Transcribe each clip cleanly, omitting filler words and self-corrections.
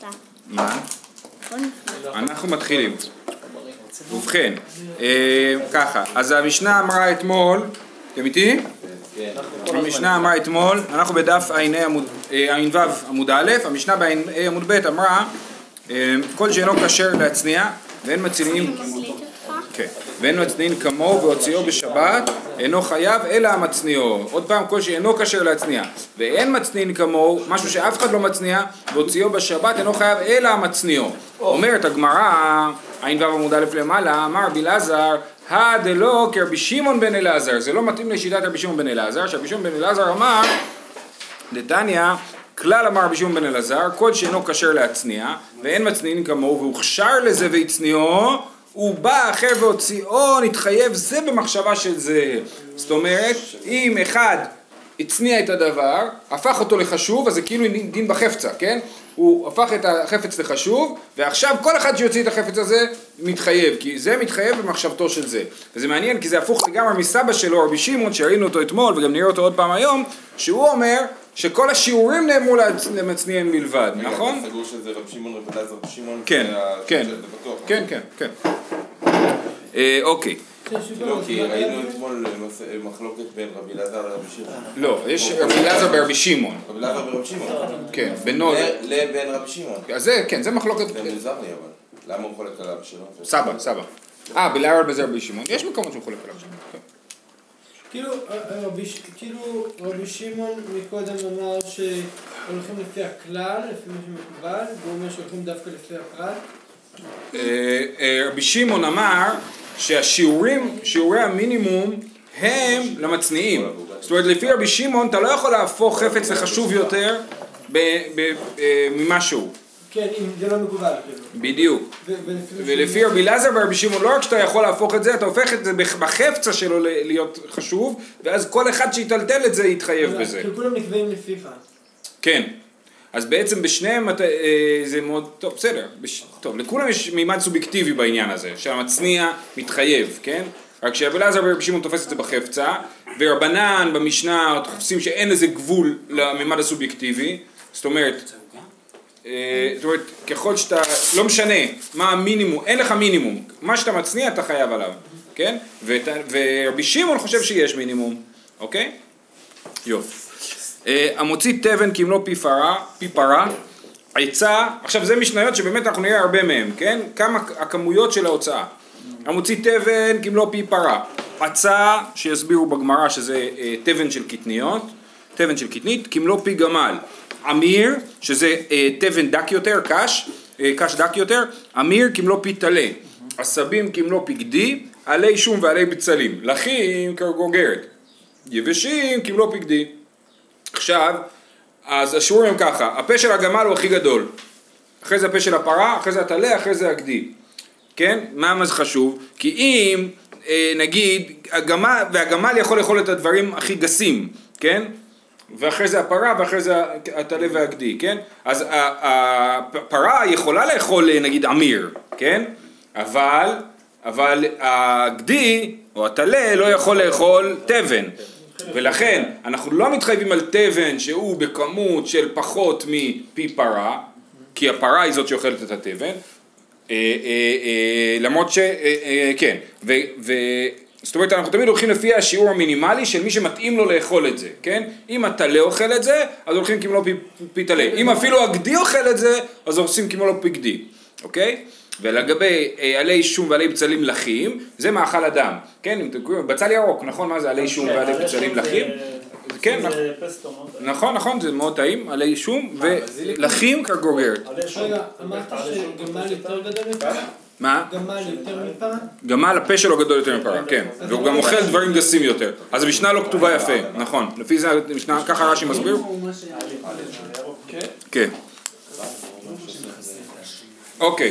מה? אנחנו מתחילים. ובכן, ככה, אז המשנה אמרה אתמול, אתם איתי? המשנה אמרה אתמול, אנחנו בדף ע"ו עמוד א', המשנה בע"ה עמוד ב' אמרה כל שאינו כשר להצניע ואין מצניעין כמוהו והוציאו בשבת אינו חייב אלא המצניעו. עוד פעם, כל שאינו כשר להצניע ואין מצניעין כמוהו, משהו שאף אחד לא מצניע, והוציאו בשבת אינו חייב אלא המצניעו. אומרת הגמרא ע"ו עמוד א' למעלה, אמר רבי אלעזר דלא כרבי שמעון בן אלעזר. זה לא מתאים לשיטת רבי שמעון בן אלעזר, שרבי שמעון בן אלעזר אמר דתניא כלל אמר רבי שמעון בן אלעזר כל שאינו כשר להצניע ואין מצניעין כמוהו והוכשר לזה והצניעו, הוא בא אחר והוציאו, נתחייב זה במחשבה של זה. זאת אומרת, אם אחד הצניע את הדבר, הפך אותו לחשוב, אז זה כאילו דין בחפצה, כן? הוא הפך את החפץ לחשוב, ועכשיו כל אחד שיוציא את החפץ הזה מתחייב, כי זה מתחייב במחשבתו של זה. וזה מעניין, כי זה הפוך לגמרי מסבא שלו, רבי שמעון, שראינו אותו אתמול, וגם נראה אותו עוד פעם היום, שהוא אומר שכל השיעורים נאמרו למצניעים בלבד, נכון? הסגור שזה רבי שמעון, רבי אלעזר, רבי שמעון, כן, כן, כן, כן, כן. אוקיי. לא, כי ראינו אתמול מחלוקת בין רבי אלעזר לרבי שמעון. לא, יש רבי אלעזר ברבי שמעון. רבי אלעזר ברבי שמעון. כן, בינו לבין רבי שמעון. אז זה, כן, זה מחלוקת. זה מוזר לי אבל. למה הוא חולק עליו שלו? סבא. בלער בזה רבי שמעון. יש מקומות שהוא חולק עליו שלו. כאילו רבי שמעון מקודם אמר שהולכים לפי הכלל, לפי מה שמקובל, והוא אומר שהולכים דווקא לפי הפרט. רבי שמעון אמר שיעורי המינימום הם למצניעים. זאת אומרת, לפי רבי שמעון אתה לא יכול להפוך חפץ לחשוב יותר ממשהו. כן, אם זה לא מקובל. בדיוק. ולפי רבי אלעזר ורבי שמעון לא רק שאתה יכול להפוך את זה, אתה הופך את זה בחפצה שלו להיות חשוב, ואז כל אחד שיטלטל את זה יתחייב בזה. כי כולם נקבעים לפיך. כן. אז בעצם בשניהם זה מאוד, טוב, בסדר, טוב, לכולם יש מימד סובייקטיבי בעניין הזה, שהמצניע מתחייב, כן? רק שרבי אלעזר ורבי שמעון תופס את זה בחפצה, ורבנן במשנה תופסים שאין איזה גבול למימד הסובייקטיבי, זאת אומרת, ככל שאתה, לא משנה מה המינימום, אין לך מינימום, מה שאתה מצניע אתה חייב עליו, כן? ורבי שמעון חושב שיש מינימום, אוקיי? יופי. המוציא תבן כמלוא פי פרה, עצה, עכשיו זה משניות שבאמת אנחנו נראה הרבה מהם, כן? כמה הכמויות של ההוצאה. המוציא תבן כמלוא פי פרה, עצה שיסבירו בגמרא שזה תבן של קטניות, תבן של קטנית, כמלוא פי גמל. אמיר, שזה תבן דק יותר, קש דק יותר, אמיר כמלוא פי תלה, עשבים כמלוא פי גדי, עלי שום ועלי בצלים, לחים כגוגרת, יבשים כמלוא פי גדי. עכשיו, אז השיעורים הם ככה, הפה של הגמל הוא הכי גדול, אחרי זה הפה של הפרה, אחרי זה התלה, אחרי זה הגדי, כן? מה זה חשוב? כי אם נגיד, והגמל יכול לאכול את הדברים הכי גסים, כן? ואחרי זה הפרה ואחרי זה התלה והגדי, כן? אז הפרה יכולה לאכול נגיד אמיר, כן? אבל הגדי או התלה לא יכול לאכול תבן. ולכן אנחנו לא מתחייבים על תבן שהוא בכמות של פחות מפי פרה, כי הפרה היא זאת שאוכלת את התבן, למרות כן, זאת אומרת אנחנו תמיד הולכים לפי השיעור המינימלי של מי שמתאים לו לאכול את זה, כן? אם התלה אוכל את זה, אז הולכים כמלוא פי תלה, אם אפילו הגדי אוכל את זה, אז הולכים כמלוא פי גדי, אוקיי? ולגבי עלי שום ועלי בצלים לחים, זה מאכל אדם, כן? אם תקראו, בצל ירוק, נכון? מה זה עלי שום ועלי בצלים לחים? כן, נכון, זה מאוד טעים, עלי שום ולחים כגוגרת. רגע, אמרת שגמל יותר גדול מפרה? מה? גמל יותר מפרה? גמל הפה שלו גדול יותר מפרה, כן. והוא גם אוכל דברים גסים יותר. אז המשנה לא כתובה יפה, נכון. לפי זה המשנה, ככה רש"י מסביר? כן. אוקיי.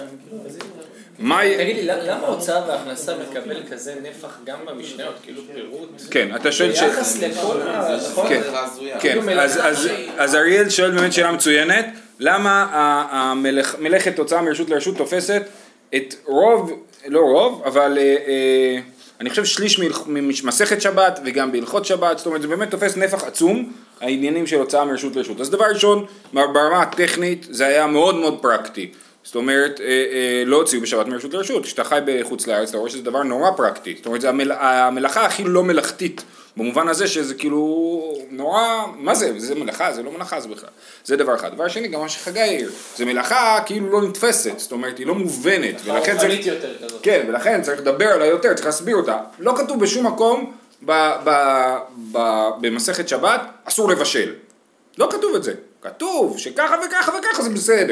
תגיד לי, למה הוצאה והכנסה מקבל כזה נפח גם במשניות, כאילו פירוט? כן, אתה שואל ביחס לכל כן, אז אריאל שואל באמת שאלה מצוינת, למה המלאכת הוצאה מרשות לרשות תופסת את רוב, לא רוב, אבל אני חושב שליש ממסכת שבת וגם בהלכות שבת, זאת אומרת זה באמת תופס נפח עצום, העניינים של הוצאה מרשות לרשות. אז דבר ראשון, ברמה הטכנית זה היה מאוד מאוד פרקטי. זאת אומרת, לא הוציאו בשבת מרשות לרשות. כשאתה חי בחוץ לארץ, אתה רואה שזה דבר נורא פרקטי. זאת אומרת, זה המלאכה הכי לא מלאכתית, במובן הזה שזה כאילו נורא, מה זה? זה מלאכה, זה לא מלאכה, זה בכלל. זה דבר אחד. דבר שני, גם מה שחגי העיר, זה מלאכה כאילו לא נתפסת, זאת אומרת, היא לא מובנת. ולכן צריך, כן, ולכן צריך לדבר עליה יותר, צריך להסביר אותה. לא כתוב בשום מקום במסכת שבת, אסור לבשל. לא כתוב את זה. כתוב שככה וככה וככה זה בסדר.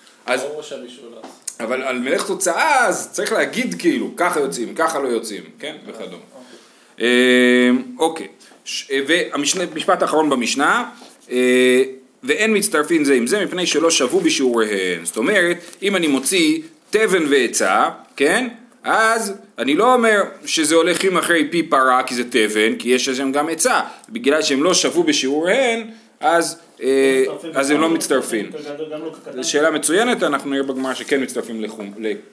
אבל על מלאכת הוצאה, אז צריך להגיד כאילו, ככה יוצאים, ככה לא יוצאים, כן? וכדומה. אוקיי, ומשפט האחרון במשנה, ואין מצטרפין זה עם זה מפני שלא שבו בשיעוריהן. זאת אומרת, אם אני מוציא תבן ועצה, כן? אז אני לא אומר שזה הולכים אחרי פי פרה כי זה תבן, כי יש שם גם עצה. בגלל שהם לא שבו בשיעוריהן, אז הם לא מצטרפים. זו שאלה מצוינת, אנחנו נראה בגמרא שכן מצטרפים לחום.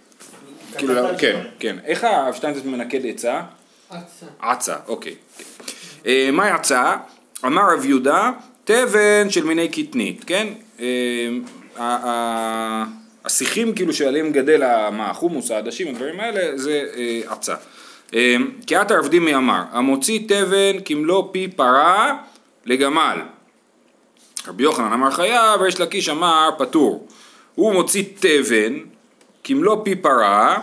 כן. איך הרב שטיינזלץ מנקד עצה? עצה, אוקיי. מה עצה? אמר רב יהודה, תבן של מיני קטנית, כן? השיחים כאילו שעליהם גדל החומוס, העדשים, הדברים האלה, זה עצה. כי את הרבדים מי אמר, המוציא תבן כמלוא פי פרה לגמל. רבי יוחנן אמר חייב, ויש לקיש אמר פטור. הוא מוציא תבן כמלוא פי פרה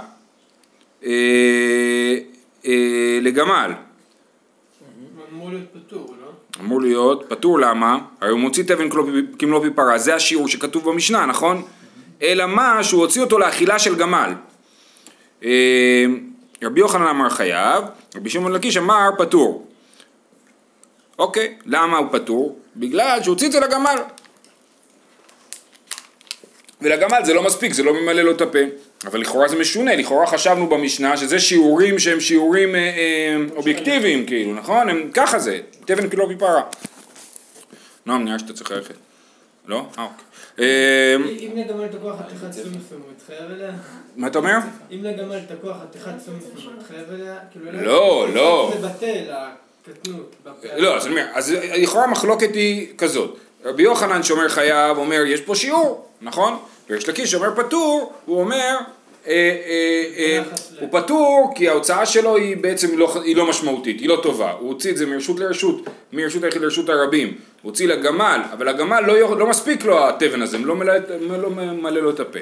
לגמל. אמור להיות פטור, לא? אמור להיות פטור, למה? הרי הוא מוציא תבן כמלוא פי פרה, זה השיעור שכתוב במשנה, נכון? אלא מה? שהוא הוציא אותו לאכילה של גמל. רבי יוחנן אמר חייב, רבי שמעון לקיש אמר פטור. אוקיי, למה הוא פטור? בגלל שהוא הוציא את זה לגמל. ולגמל זה לא מספיק, זה לא ממלא לו את הפה. אבל לכאורה זה משונה, לכאורה חשבנו במשנה שזה שיעורים שהם שיעורים אובייקטיביים, כאילו, נכון? הם, ככה זה, תבן כמלוא פי פרה. נועם, נראה שאתה צריך ללכת. לא? אוקיי. אם לגמל תקוע חתיכת סומסום, הוא מתחייב אליה? מה אתה אומר? אם לגמל תקוע חתיכת סומסום, הוא מתחייב אליה? לא. זה בטל, הקטנות. לא, אז לכאורה המחלוקת היא כזאת. רבי יוחנן שאומר חייב, אומר יש פה שיעור, נכון? ויש לקיש שאומר פטור, הוא אומר, הוא פטור כי ההוצאה שלו היא בעצם היא לא משמעותית, היא לא טובה. הוא הוציא את זה מרשות לרשות, מרשות היחיד לרשות הרבים. הוא הוציא לגמל, אבל הגמל לא מספיק לו התבן הזה, לא ממלא לו את הפה.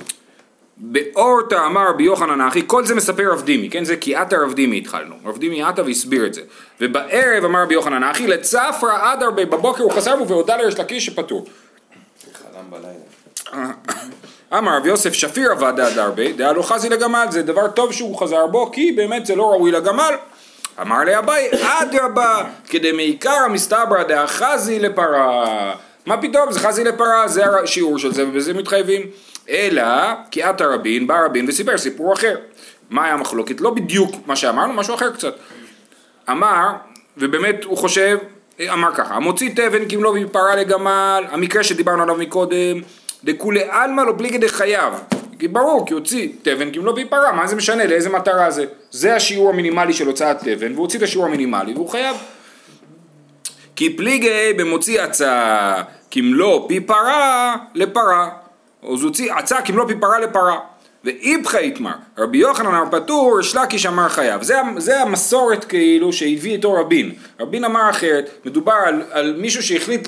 באורתא אמר רבי יוחנן אחי, כל זה מספר רב דימי, כן? זה כי עתה רב דימי התחלנו. רב דימי עתה והסביר את זה. ובערב אמר רבי יוחנן אחי, לצפרא עד הרבה, בבוקר הוא חזר בו והודע לריש לקיש שפטור. חלם בלילה. אמר רב יוסף שפיר עבד עד הרבה, דעה לו חזי לגמל, זה דבר טוב שהוא חזר בו, כי באמת זה לא ראוי לגמל. אמר לי אביי, אדרבה, כדי מעיקר המסתברא דעה חזי לפרה. מה פתאום? זה חזי לפרה, זה השיעור של זה, ובזה מתחייבים. אלא, כי עתה רבין, בא רבין וסיפר סיפור אחר. מה היה המחלוקת? לא בדיוק מה שאמרנו, משהו אחר קצת. אמר, ובאמת הוא חושב, אמר ככה, המוציא תבן כמלוא פי פרה לגמל, המקרה שדיברנו עליו מקודם, דכולי עלמא לא פליגי דחייב. כי ברור, כי הוציא תבן כמלוא פי פרה, מה זה משנה, לאיזה מטרה זה? זה השיעור המינימלי של הוצאת תבן, והוא הוציא את השיעור המינימלי, והוא חייב. כי פליגי במוציא עצה כמלוא פי פרה לפרה. אז הוציא עצה כמלוא פי פרה לפרה. ואיפכא איתמר, רבי יוחנן אמר פטור, ריש לקיש אמר חייב. זה המסורת כאילו שהביא איתו רבין. רבין אמר אחרת, מדובר על מישהו שהחליט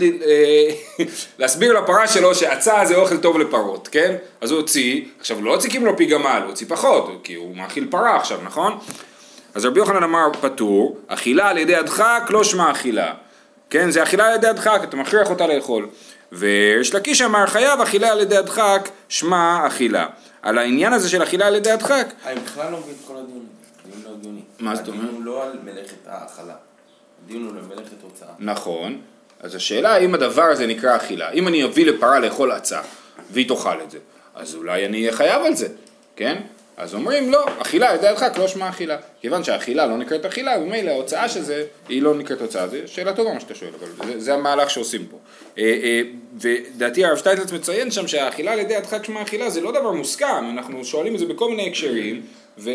להסביר לפרה שלו שעצה זה אוכל טוב לפרות, כן? אז הוא הוציא, עכשיו הוא לא הוציא כמלוא פי גמל, הוא הוציא פחות, כי הוא מאכיל פרה עכשיו, נכון? אז רבי יוחנן אמר פטור, אכילה על ידי הדחק לא שמה אכילה. כן, זה אכילה על ידי הדחק, אתה מכריח אותה לאכול. וריש לקיש אמר חייב, אכילה על ידי הדחק, שמה אכילה. על העניין הזה של אכילה על ידי הדחק. אני בכלל לא מבין את כל הדיון. הדיון לא הגיוני. מה זאת אומרת? הדיון הוא לא על מלאכת האכלה. הדיון הוא על מלאכת הוצאה. נכון. אז השאלה האם הדבר הזה נקרא אכילה. אם אני אביא לפרה לאכול עצה, והיא תאכל את זה, אז אולי אני אהיה חייב על זה, כן? אז אומרים לא, אכילה על ידי הדחק לא שמה אכילה. כיוון שהאכילה לא נקראת אכילה, ומילא ההוצאה של זה היא לא נקראת הוצאה. זה שאלה טובה מה שאתה שואל, אבל זה המהלך שעושים פה. ודעתי הרב שטייטלץ מציין שם שהאכילה על ידי הדחק שמה אכילה זה לא דבר מוסכם, אנחנו שואלים את זה בכל מיני הקשרים,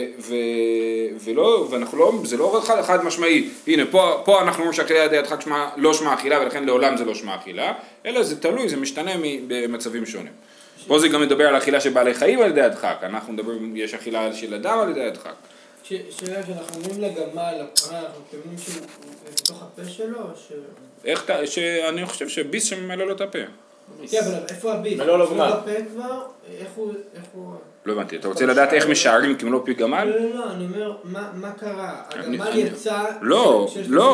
ואנחנו לא, זה לא חד משמעי, הנה פה אנחנו אומרים שהאכילה על ידי הדחק לא שמה אכילה ולכן לעולם זה לא שמה אכילה, אלא זה תלוי, זה משתנה במצבים שונים. פה זה גם מדבר על אכילה של בעלי חיים על ידי הדחק, אנחנו מדברים, יש אכילה של אדם על ידי הדחק. שאלה שאנחנו אומרים לגמל, לפרה, אנחנו מתכוונים שהוא בתוך הפה שלו או אני חושב שביס שממלא לו את הפה. כן, אבל איפה הביס? מלא לו גמל. בפה כבר, איך הוא... לא הבנתי, אתה רוצה לדעת איך משערים כמלוא פי גמל? לא, אני אומר, מה קרה? הגמל יצא... לא,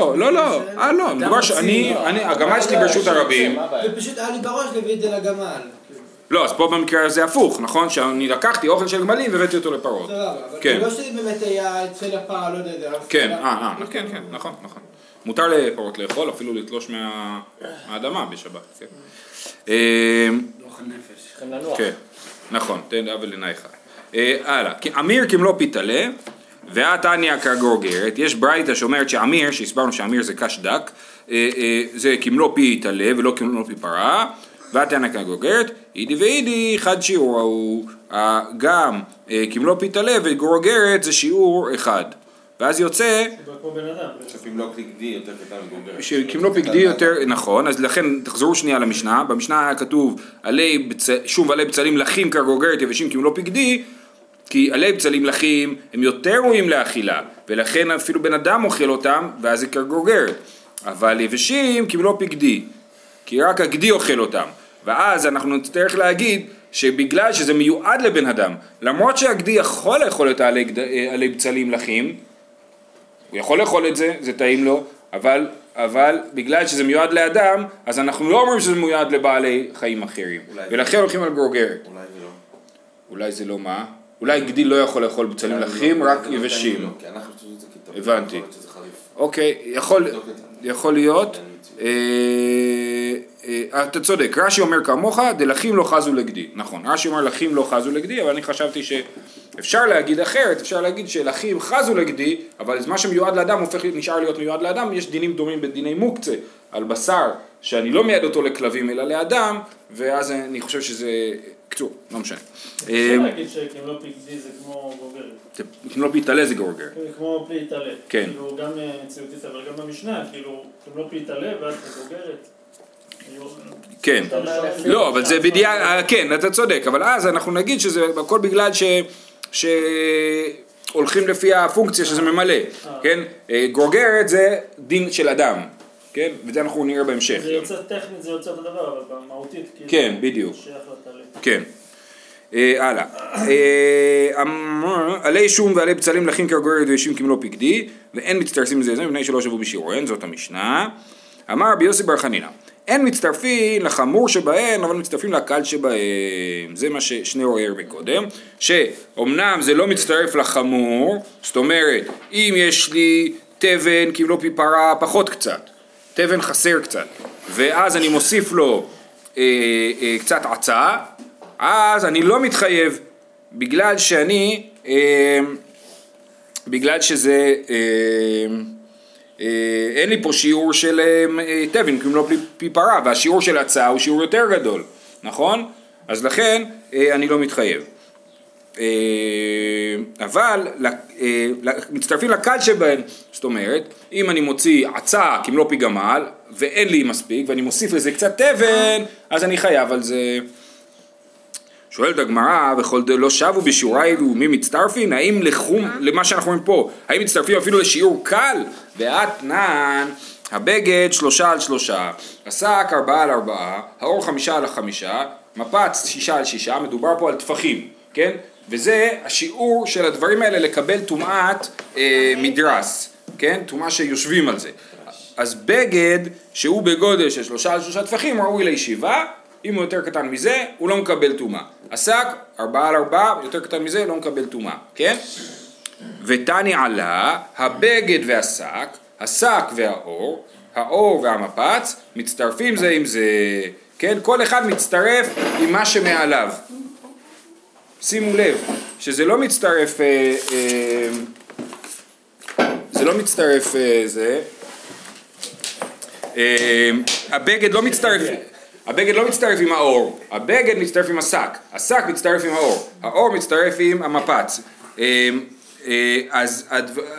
הגמל שלי ברשות הרבים. ופשוט היה לי בראש להביא את זה לגמל. לא, אז פה במקרה הזה הפוך, נכון? שאני לקחתי אוכל של גמלים והבאתי אותו לפרות. סבבה, אבל לא שזה באמת היה אצל הפרה, לא יודע. כן, כן, נכון. מותר לפרות לאכול, אפילו לתלוש מהאדמה בשבת. נוח הנפש. צריכים לנוח. כן, נכון, תן אבל לנייך. הלאה, אמיר כמלוא פיתלה, והתניא כגרוגרת, יש ברייתא שאומרת שאמיר, שהסברנו שאמיר זה קש דק, זה כמלוא פיתלה ולא כמלוא פי פרה, והתניא כגרוגרת, אידי ואידי חד שיעור הוא, גם כמלוא פיתלה וגרוגרת זה שיעור אחד. ואז יוצא... כמו בן אדם. שכמלוא פיקדי יותר קטן מגרוגרת. שכמלוא פיקדי יותר, נכון, אז לכן תחזרו שנייה למשנה, במשנה היה כתוב שום ועלי בצלים לחים כגרוגרת יבשים כמלוא פיקדי, כי עלי בצלים לחים הם יותר ראויים לאכילה, ולכן אפילו בן אדם אוכל אותם, ואז זה כגרוגרת, אבל יבשים כמלוא פיקדי, כי רק הגדי אוכל אותם, ואז אנחנו נצטרך להגיד שבגלל שזה מיועד לבן אדם, למרות שהגדי יכול לאכול את עלי בצלים לחים, הוא יכול לאכול את זה, זה טעים לו, אבל בגלל שזה מיועד לאדם, אז אנחנו לא אומרים שזה מיועד לבעלי חיים אחרים, ולכן הולכים על גרוגרת. אולי זה לא. אולי זה לא מה? אולי גדי לא יכול לאכול בצלים לחים, רק יבשים. כי אנחנו חושבים שזה כתוב. הבנתי. אוקיי, יכול להיות. אתה צודק, רש"י אומר כמוך, דלחים לא חזו לגדי. נכון, רש"י אומר לחים לא חזו לגדי, אבל אני חשבתי שאפשר להגיד אחרת, אפשר להגיד שלחים חזו לגדי, אבל מה שמיועד לאדם נשאר להיות מיועד לאדם, יש דינים דומים בדיני מוקצה, על בשר, שאני לא מייעד אותו לכלבים אלא לאדם, ואז אני חושב שזה... קצור, לא משנה. אפשר להגיד שכמלוא פיקדי זה כמו גרוגרת. כמלוא פיתלה זה גרוגרת. כמו פיתלה. כן. כאילו גם ציוטית, אבל גם במשנה, כאילו כמלוא פיתלה ואז גרוגרת. כן. לא, אבל זה בדיוק, כן, אתה צודק, אבל אז אנחנו נגיד שזה הכל בגלל שהולכים לפי הפונקציה שזה ממלא, כן? גרוגרת זה דין של אדם. כן? וזה אנחנו נראה בהמשך. זה יוצא טכנית, זה יוצא אותו דבר, אבל במהותית, כן, בדיוק. שייך לטלית. כן. הלאה. עלי שום ועלי בצלים לחים כגרוגרת וישים כמלוא פיקדי, ואין מצטרפים לזה, מפני שלא שבו בשיעורן, זאת המשנה. אמר רבי יוסי בר חנינא, אין מצטרפים לחמור שבהם, אבל מצטרפים לקל שבהם. זה מה ששני עורר מקודם, שאומנם זה לא מצטרף לחמור, זאת אומרת, אם יש לי תבן כמלוא פי פרה פחות קצת, תבן חסר קצת, ואז אני מוסיף לו קצת עצה, אז אני לא מתחייב, בגלל שזה, אין לי פה שיעור של תבן כמלוא פי פרה, והשיעור של עצה הוא שיעור יותר גדול, נכון? אז לכן אני לא מתחייב. אבל מצטרפים לקל שבהן, זאת אומרת, אם אני מוציא עצה כמלוא פי גמל ואין לי מספיק ואני מוסיף לזה קצת תבן, אז אני חייב על זה. שואלת הגמרא, וכל לא שבו בשיעורי ומי מצטרפים, האם למה שאנחנו רואים פה, האם מצטרפים אפילו לשיעור קל? ואתנן, הבגד 3/3, השק 4/4, האור 5/5, מפץ 6/6, מדובר פה על טפחים, כן? וזה השיעור של הדברים האלה לקבל טומאת מדרס, כן? טומאה שיושבים על זה. אז בגד שהוא בגודל של 3/3 טפחים ראוי לישיבה, אם הוא יותר קטן מזה הוא לא מקבל טומאה. השק 4/4, יותר קטן מזה לא מקבל טומאה, כן? ותני עלה, הבגד והשק, השק והאור, האור והמפץ מצטרפים זה עם זה, כן? כל אחד מצטרף עם מה שמעליו. שימו לב, שזה לא מצטרף, זה לא מצטרף זה, הבגד לא מצטרף עם האור, הבגד מצטרף עם השק, השק מצטרף עם האור, האור מצטרף עם המפץ. אז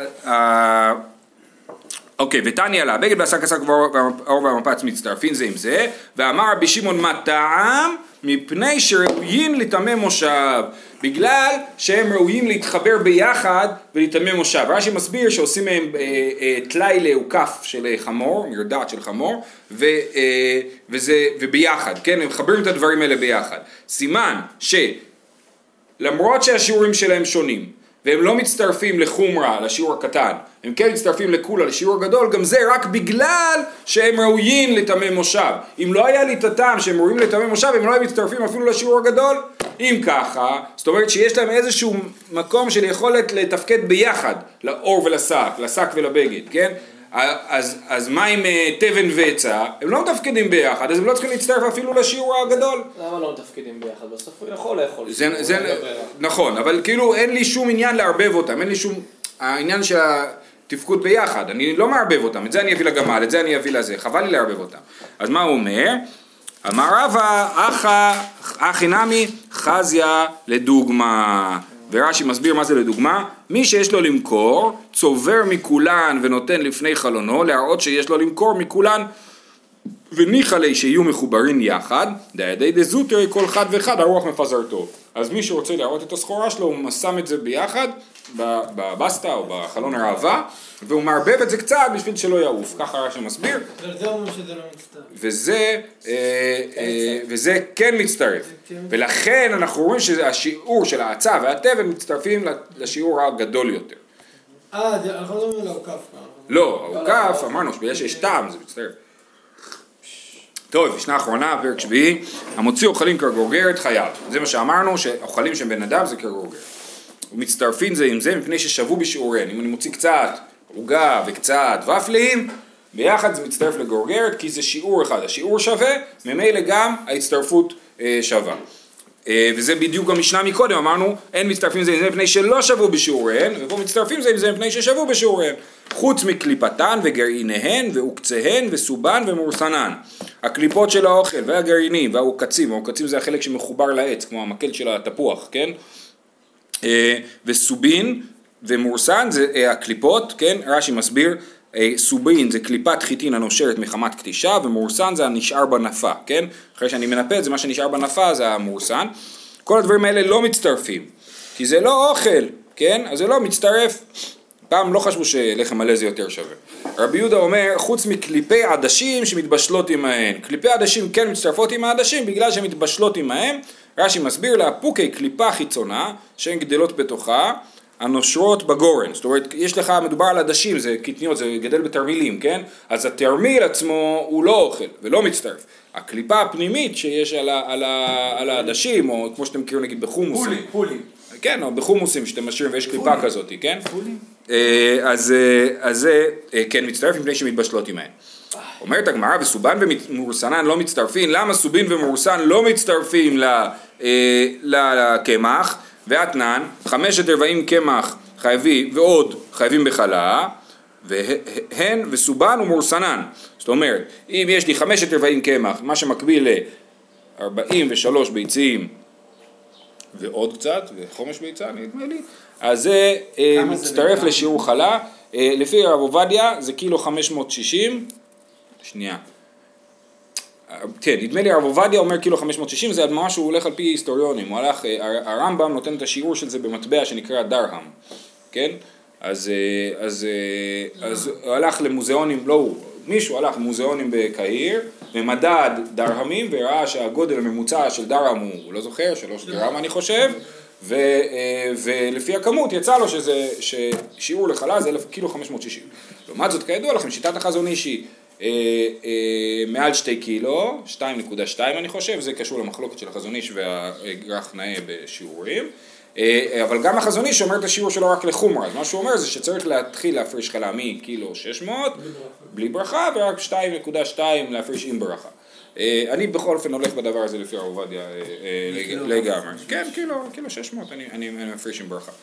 אוקיי, ותניא לה, הבגד והשק, השק והאור והמפץ מצטרפים זה עם זה, ואמר רבי שמעון מה טעם? מפני שראויים לטמא מושב, בגלל שהם ראויים להתחבר ביחד ולטמא מושב. רש"י מסביר שעושים מהם טלאי לעוקף של חמור, מרדעת של חמור, וביחד, כן, הם מחברים את הדברים האלה ביחד. סימן שלמרות שהשיעורים שלהם שונים, והם לא מצטרפים לחומרה, לשיעור הקטן, הם כן מצטרפים לכולה, לשיעור הגדול, גם זה רק בגלל שהם ראויים לטמא מושב. אם לא היה לי את הטעם שהם ראויים לטמא מושב, הם לא היו מצטרפים אפילו לשיעור הגדול. אם ככה, זאת אומרת שיש להם איזשהו מקום של יכולת לתפקד ביחד, לאור ולשק, לשק ולבגד, כן? אז מה עם תבן ועצה? הם לא מתפקדים ביחד, אז הם לא צריכים להצטרף אפילו לשיעור הגדול. למה לא מתפקדים ביחד? בסוף הוא יכול לאכול. נכון, אבל כאילו אין לי שום עניין לערבב אותם, אין לי שום העניין של התפקוד ביחד, אני לא מערבב אותם, את זה אני אביא לגמל, את זה אני אביא לזה, חבל לי לערבב אותם. אז מה הוא אומר? אמר רבא, אחי נמי חזיה לדוגמה. ורש"י מסביר מה זה לדוגמה, מי שיש לו למכור, צובר מכולן ונותן לפני חלונו, להראות שיש לו למכור מכולן, וניחא לי שיהיו מחוברים יחד, דיידי דזוטרי כל אחד ואחד הרוח מפזרתו. אז מי שרוצה להראות את הסחורה שלו, הוא שם את זה ביחד, בבסטה או בחלון הראווה, והוא מערבב את זה קצת בשביל שלא יעוף, ככה רש"י מסביר. זה אומר שזה לא מצטרף. וזה כן מצטרף. ולכן אנחנו רואים שהשיעור של העצה והתבן מצטרפים לשיעור הגדול יותר. אנחנו לא אומרים לעוקף. לא, העוקף, אמרנו שבגלל שיש טעם, זה מצטרף. טוב, ישנה האחרונה, פרק שביעי, המוציא אוכלים כגורגרת חייב. זה מה שאמרנו, שאוכלים של בן אדם זה כגורגרת. ומצטרפים זה עם זה מפני ששבו בשיעוריהן. אם אני מוציא קצת עוגה וקצת ופלים, ביחד זה מצטרף לגורגרת, כי זה שיעור אחד. השיעור שווה, ממילא גם ההצטרפות שווה. וזה בדיוק המשנה מקודם, אמרנו, אין מצטרפים זה עם זה מפני שלא שבו בשיעוריהן, ופה מצטרפים זה עם זה מפני ששבו בשיעוריהן. חוץ מקליפתן וגרעיניהן ועוקציהן וסובן ומורסנן. הקליפות של האוכל והגרעינים והעוקצים, העוקצים זה החלק שמחובר לעץ, כמו המקל של התפוח, כן? וסובין ומורסן זה הקליפות, כן? רש"י מסביר, סובין זה קליפת חיטין הנושרת מחמת קטישה, ומורסן זה הנשאר בנפה, כן? אחרי שאני מנפה את זה, מה שנשאר בנפה זה המורסן. כל הדברים האלה לא מצטרפים, כי זה לא אוכל, כן? אז זה לא מצטרף. פעם לא חשבו שלחם מלא זה יותר שווה. רבי יהודה אומר, חוץ מקליפי עדשים שמתבשלות עמהן. קליפי עדשים כן מצטרפות עם העדשים בגלל שהן מתבשלות עמהם. רש"י מסביר לאפוקי קליפה חיצונה שהן גדלות בתוכה, הנושרות בגורן. זאת אומרת, יש לך, מדובר על עדשים, זה קטניות, זה גדל בתרמילים, כן? אז התרמיל עצמו הוא לא אוכל ולא מצטרף. הקליפה הפנימית שיש על העדשים, או כמו שאתם מכירים נגיד בחומוסים. פולים. כן, או בחומוסים שאתם משאירים ויש קליפה כזאת, כן? אז זה כן מצטרף מפני שמתבשלות עמהן. אומרת הגמרא, וסובן ומורסנן לא מצטרפים, למה סובין ומורסן לא מצטרפים לקמח? ואתנן, 5/4 קמח חייבים ועוד חייבים בחלה, והן וסובן ומורסנן. זאת אומרת, אם יש לי 5/4 קמח, מה שמקביל ל-43 ביצים ועוד קצת, וחומש ביצה נדמה לי, אז זה מצטרף לשיעור חלה. לפי רב עובדיה זה קילו 560, שנייה. כן, נדמה לי הרב עובדיה אומר קילו 560, זה ממש הוא הולך על פי היסטוריונים, הוא הלך, הרמב"ם נותן את השיעור של זה במטבע שנקרא דרהם, כן? אז הוא הלך למוזיאונים, לא הוא, מישהו הלך למוזיאונים בקהיר, ומדד דרהמים, וראה שהגודל הממוצע של דרהם הוא לא זוכר, 3 גרם אני חושב, ולפי הכמות יצא לו ששיעור לחלה זה קילו 560. לעומת זאת, כידוע לכם, שיטת החזון איש היא מעל 2 קילו, 2.2 אני חושב, זה קשור למחלוקת של החזון איש והגרח נאה בשיעורים, אבל גם החזון איש אומר את השיעור שלו רק לחומרה, אז מה שהוא אומר זה שצריך להתחיל להפריש חלה מקילו 600 בלי ברכה, ורק 2.2 להפריש עם ברכה. אני בכל אופן הולך בדבר הזה לפי הרב עובדיה לגמרי. כן, קילו 600, אני מפריש עם ברכה.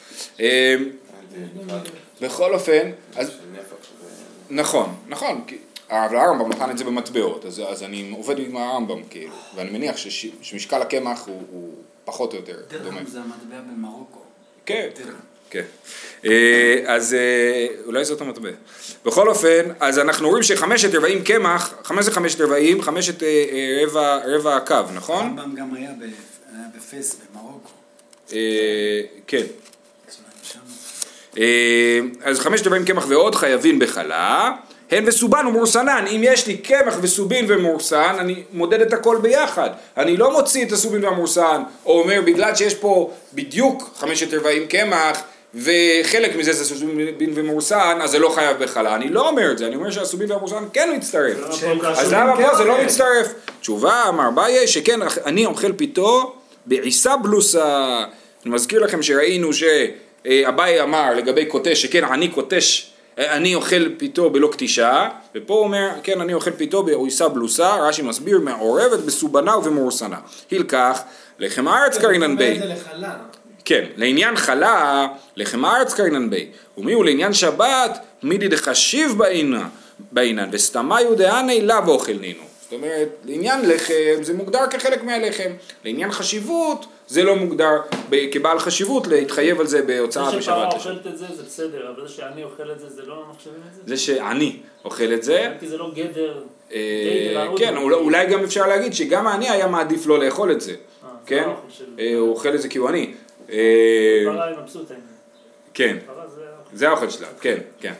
בכל אופן, נכון, אבל הרמב"ם נתן את זה במטבעות, אז אני עובד עם הרמב"ם כאילו, ואני מניח שמשקל הקמח הוא פחות או יותר דומה. דרהם זה המטבע במרוקו. כן, כן. אז אולי זאת המטבע. בכל אופן, אז אנחנו רואים שחמשת רבעים קמח, 5 רבעים, 5 רבע הקו, נכון? הרמב"ם גם היה בפס במרוקו. כן. אז 5 רבעים קמח ועוד חייבים בחלה, הן וסובן ומורסנן. אם יש לי קמח וסובין ומורסן, אני מודד את הכל ביחד. אני לא מוציא את הסובין והמורסן, או אומר בגלל שיש פה בדיוק 5 רבעים קמח, וחלק מזה זה סובין ומורסן, אז זה לא חייב בחלה. אני לא אומר את זה, אני אומר שהסובין והמורסן כן מצטרף. אז למה פה זה לא מצטרף? תשובה, אמר ביי, שכן, אני אוכל פיתו בעיסה בלוסה. אני מזכיר לכם שראינו שאביי אמר לגבי קוטש, שכן, אני אוכל פיתו בלא קטישה, ופה הוא אומר, כן, אני אוכל פיתו בעיסה בלוסה, רש"י מסביר, מעורבת בסובנה ובמורסנה. הילקח, לחם הארץ קרינן בי. כן, לעניין חלה, לחם הארץ קרינן בי. ומי הוא לעניין שבת, מידי דחשיב בעינן, וסתמה יודעני לאו אוכל נינו. זאת אומרת, לעניין לחם זה מוגדר כחלק מהלחם, לעניין חשיבות זה לא מוגדר כבעל חשיבות להתחייב על זה בהוצאה בשבת. זה שפרה אוכלת את זה זה בסדר, אבל זה שאני אוכל את זה זה לא מחשבים את זה? זה שאני אוכל את זה. כי זה לא גדר. כן, אולי גם אפשר להגיד שגם אני היה מעדיף לא לאכול את זה. כן? הוא אוכל את זה כי הוא אני. פרה היא מבסוטה. כן, זה האוכל שלה, כן, כן.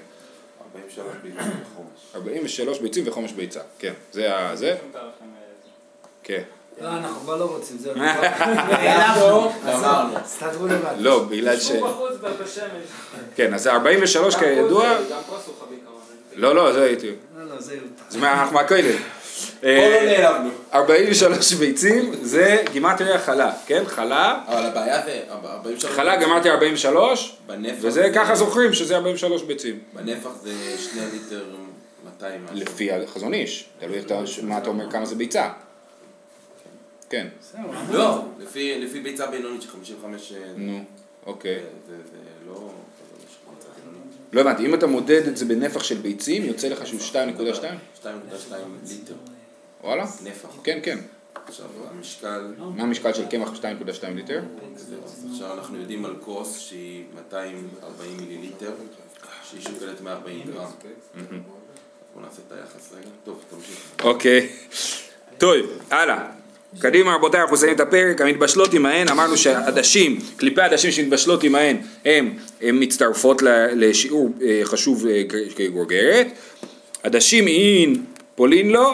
43 43 ביצים ביצים וחומש. וחומש ביצה, כן, זה ה... זה? כן. לא, אנחנו כבר לא רוצים, זהו. אמרנו. סתדרו לבד. לא, בגלל ש... שום בחוץ בשמש. כן, אז 43 כידוע... גם פה עשו חבי כמה. לא, זה הייתי... לא, זה יותר. זה מהכולל. פה לא נעלבנו. 43 ביצים זה גימטריה חלה, כן? חלה... אבל הבעיה זה 43... חלה גמרתי 43, בנפח וזה ככה זוכרים שזה 43 ביצים. בנפח זה 2 ליטר 200 משהו. לפי החזון איש, תלוי מה אתה אומר כמה זה ביצה. כן. לא, לפי ביצה בינונית של 55... נו, אוקיי. זה לא... לא הבנתי, אם אתה מודד את זה בנפח של ביצים, יוצא לך שהוא 2.2? 2.2 ליטר. וואלה? נפח. כן, כן. עכשיו, המשקל... מה המשקל של קמח 2.2 ליטר? עכשיו אנחנו יודעים על כוס שהיא 240 מיליליטר, שהיא שוקלת 140 גרם. בואו נעשה את היחס רגע. טוב, תמשיך. אוקיי. טוב, הלאה. קדימה רבותיי, אנחנו מסיימים את הפרק. המתבשלות עמהן, אמרנו שהעדשים, קליפי העדשים שמתבשלות עמהן, הן מצטרפות לשיעור חשוב כגורגרת. עדשים אין פולין לא,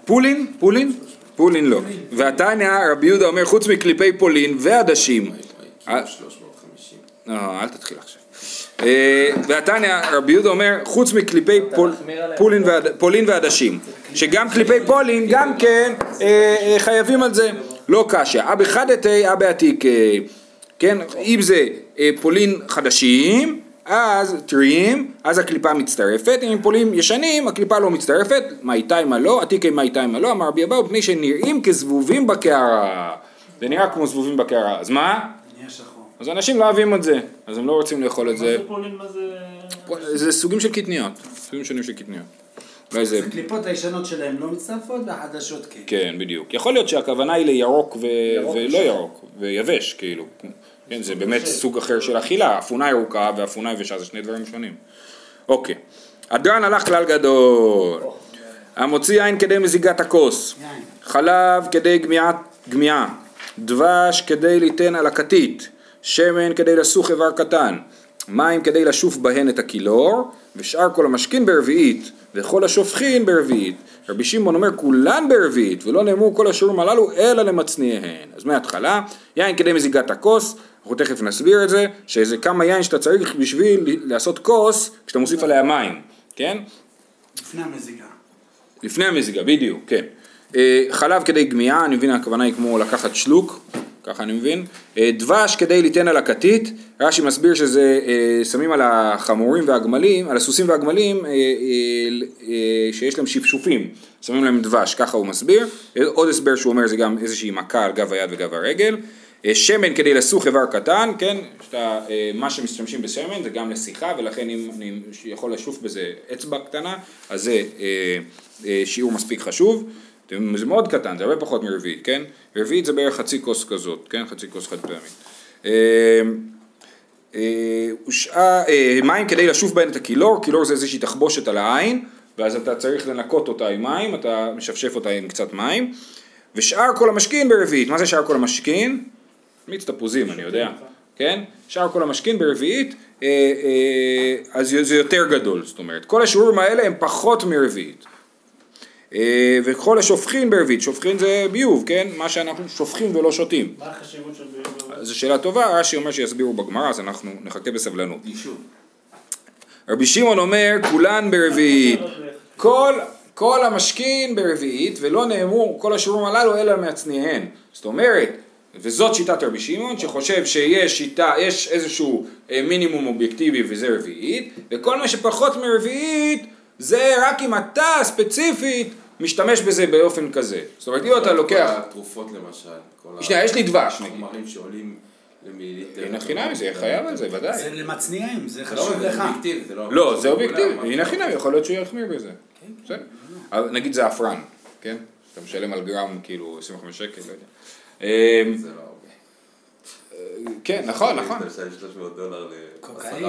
פולין לא. והתניא רבי יהודה אומר חוץ מקליפי פולין ועדשים. קילו 350. אל תתחיל עכשיו. והתניא רבי יהודה אומר חוץ מקליפי פולין ועדשים, שגם קליפי פולין גם כן חייבים על זה, לא קשיא. אבא חדתי אבא עתיק, כן, אם זה פולין חדשים אז טריים, אז הקליפה מצטרפת, אם פולין ישנים הקליפה לא מצטרפת. מה איתי מה לא, עתיקי מה איתי מה לא, אמר רבי אבאו, פני שנראים כזבובים בקערה. זה נראה כמו זבובים בקערה, אז מה? אז אנשים לא אוהבים את זה, אז הם לא רוצים לאכול את זה. מה זה פולין, מה זה... זה סוגים של קטניות, סוגים שונים של קטניות. הקליפות הישנות שלהם לא מצטרפות והחדשות כן. כן, בדיוק. יכול להיות שהכוונה היא לירוק ולא ירוק, ויבש כאילו. כן, זה באמת סוג אחר של אכילה, אפונה ירוקה ואפונה יבשה, זה שני דברים שונים. אוקיי. הדרן הלך כלל גדול. המוציא יין כדי מזיגת הכוס. חלב כדי גמיעה. דבש כדי ליתן על הכתית. שמן כדי לסוך איבר קטן, מים כדי לשוף בהן את הקילור, ושאר כל המשכין ברביעית, וכל השופכין ברביעית. רבי שמעון אומר כולן ברביעית, ולא נאמרו כל השיעורים הללו אלא למצניהן. אז מההתחלה, יין כדי מזיגת הכוס, אנחנו תכף נסביר את זה, שזה כמה יין שאתה צריך בשביל לעשות כוס, כשאתה מוסיף עליה מים, כן? לפני המזיגה. לפני המזיגה, בדיוק, כן. חלב כדי גמיעה, אני מבין הכוונה היא כמו לקחת שלוק, ככה אני מבין. דבש כדי ליתן על הכתית, רש"י מסביר שזה שמים על החמורים והגמלים, על הסוסים והגמלים שיש להם שפשופים, שמים להם דבש, ככה הוא מסביר. עוד הסבר שהוא אומר זה גם איזושהי מכה על גב היד וגב הרגל. שמן כדי לסוך איבר קטן, כן, מה שמשתמשים בשמן זה גם לשיחה, ולכן אם אני יכול לשוף בזה אצבע קטנה, אז זה שיעור מספיק חשוב. זה מאוד קטן, זה הרבה פחות מרביעית, כן? רביעית זה בערך חצי כוס כזאת, כן? חצי כוס חד פעמית. מים כדי לשוף בהן את הקילור, קילור זה איזושהי תחבושת על העין, ואז אתה צריך לנקות אותה עם מים, אתה משפשף אותה עם קצת מים, ושאר כל המשכין ברביעית. מה זה שאר כל המשכין? מיץ תפוזים, אני יודע, כן? שאר כל המשכין ברביעית, אז זה יותר גדול, זאת אומרת, כל השיעורים האלה הם פחות מרביעית. וכל השופכין ברביעית, שופכין זה ביוב, כן? מה שאנחנו שופכים ולא שותים. מה החשיבות של ביוב? זו שאלה טובה, רש"י אומר שיסבירו בגמרא, אז אנחנו נחכה בסבלנות. רבי שמעון אומר, כולן ברביעית. כל המשכין ברביעית, ולא נאמרו כל השיעורים הללו אלא מהצניעיהן. זאת אומרת, וזאת שיטת רבי שמעון, שחושב שיש שיטה, יש איזשהו מינימום אובייקטיבי וזה רביעית, וכל מה שפחות מרביעית, זה רק אם אתה ספציפית משתמש בזה באופן כזה. זאת אומרת, אם אתה לוקח... כל התרופות למשל. שנייה, יש לי דבש. חומרים שעולים למיליליטר. הנה חינם, זה חייב על זה, ודאי. זה למצניעים, זה לא, חשוב זה לך. אובייקטיבי, זה לא... לא, זה אובייקטיבי. הנה חינם, יכול להיות שהוא יחמיר בזה. בסדר. נגיד זה אפרן, כן? אתה משלם על גרם כאילו 25 שקל, לא יודע. זה לא הרבה. כן, נכון, נכון. אתה משלם $300 קוקאין.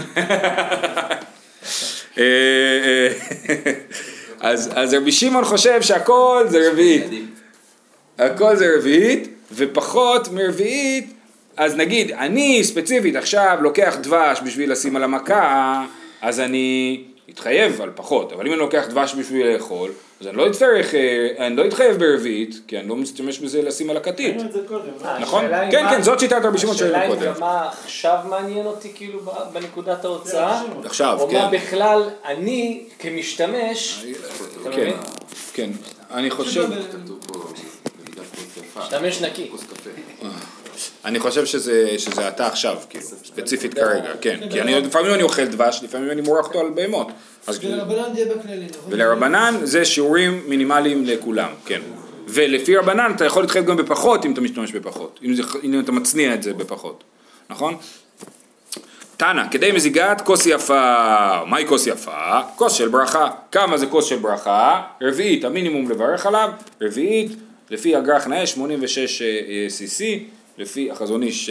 אז רבי שמעון חושב שהכל זה רביעית. הכל זה רביעית, ופחות מרביעית, אז נגיד, אני ספציפית עכשיו לוקח דבש בשביל לשים על המכה, אז אני אתחייב על פחות, אבל אם אני לוקח דבש בשביל לאכול, אז אני לא אתחייב ברביעית, כי אני לא משתמש בזה לשים על הכתית. היינו את זה קודם. נכון? כן, כן, זאת שיטת רבי שמעון שלנו קודם. השאלה היא מה עכשיו מעניין אותי כאילו בנקודת ההוצאה, עכשיו, או כן. מה בכלל אני כמשתמש, אתה מבין? כן, אני חושב... כתוב פה נגידת כוס יפה. משתמש נקי. כוס קפה. אני חושב שזה אתה עכשיו, כאילו, ספציפית כרגע, כן, כי לפעמים אני אוכל דבש, לפעמים אני מורח אותו על בהמות. ולרבנן זה בכללי, נכון? ולרבנן זה שיעורים מינימליים לכולם, כן. ולפי רבנן אתה יכול להתחייב גם בפחות אם אתה משתמש בפחות, אם אתה מצניע את זה בפחות, נכון? תנא, כדי מזיגת כוס יפה, מהי כוס יפה? כוס של ברכה. כמה זה כוס של ברכה? רביעית, המינימום לברך עליו, רביעית, לפי הגרח נאה 86 cc, לפי החזון איש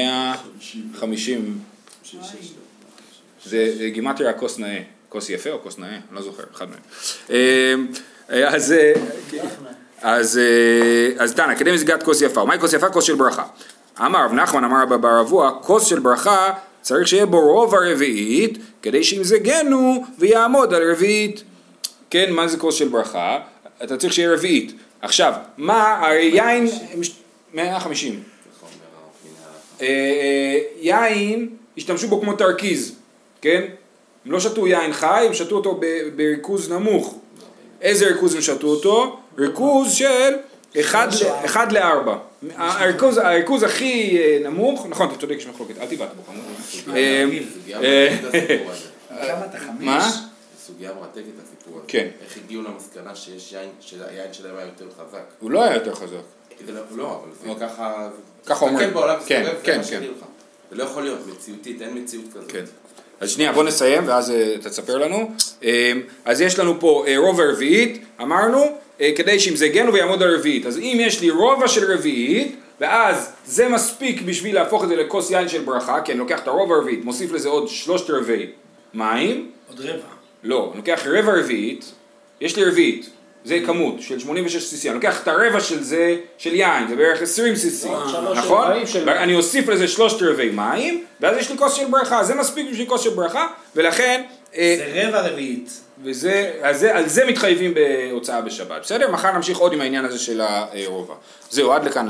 150, זה גימטריה כוס נאה, כוס יפה או כוס נאה, אני לא זוכר, אחד מהם. אז תנא, כדי מזיגת כוס יפה, מהי כוס יפה? כוס של ברכה. אמר רב נחמן, אמר רבא בר אבוה, כוס של ברכה צריך שיהיה בו רוב הרביעית, כדי שימזגנו ויעמוד על רביעית. כן, מה זה כוס של ברכה? אתה צריך שיהיה רביעית. עכשיו, מה, הרי יין, 150. יין, השתמשו בו כמו תרכיז, כן? הם לא שתו יין חי, הם שתו אותו בריכוז נמוך. איזה ריכוז הם שתו אותו? ריכוז של 1 ל-4. הריכוז הכי נמוך, נכון, אתה צודק, יש מחלוקת, אל תיבט בו, כמה אתה חמש? מה? סוגיה מרתקת הסיפור הזה. כן. איך הגיעו למסקנה שיש יין, שהיין שלהם היה יותר חזק? הוא לא היה יותר חזק. לא, אבל זה ככה... ככה אומרים. כן, בעולם כן, מסתובב, כן, זה מה כן. שהגיד לך. זה לא יכול להיות, מציאותית, אין מציאות כזאת. כן. אז שנייה, בוא נסיים ואז אתה תספר לנו. אז יש לנו פה רוב הרביעית, אמרנו, כדי שימזגנו ויעמוד על רביעית. אז אם יש לי רובע של רביעית, ואז זה מספיק בשביל להפוך את זה לכוס יין של ברכה, כי אני לוקח את הרובע הרביעית, מוסיף לזה עוד 3/4 מים. עוד רבע. לא, אני לוקח רבע רביעית, יש לי רביעית, זה כמות של 86 cc, אני לוקח את הרבע של זה, של יין, זה בערך 20 cc, נכון? אני אוסיף לזה 3/4 מים, ואז יש לי כוס של ברכה, זה מספיק בשביל כוס של ברכה, ולכן... זה רבע רביעית. על זה מתחייבים בהוצאה בשבת, בסדר? מחר נמשיך עוד עם העניין הזה של הרובע. זהו, עד לכאן.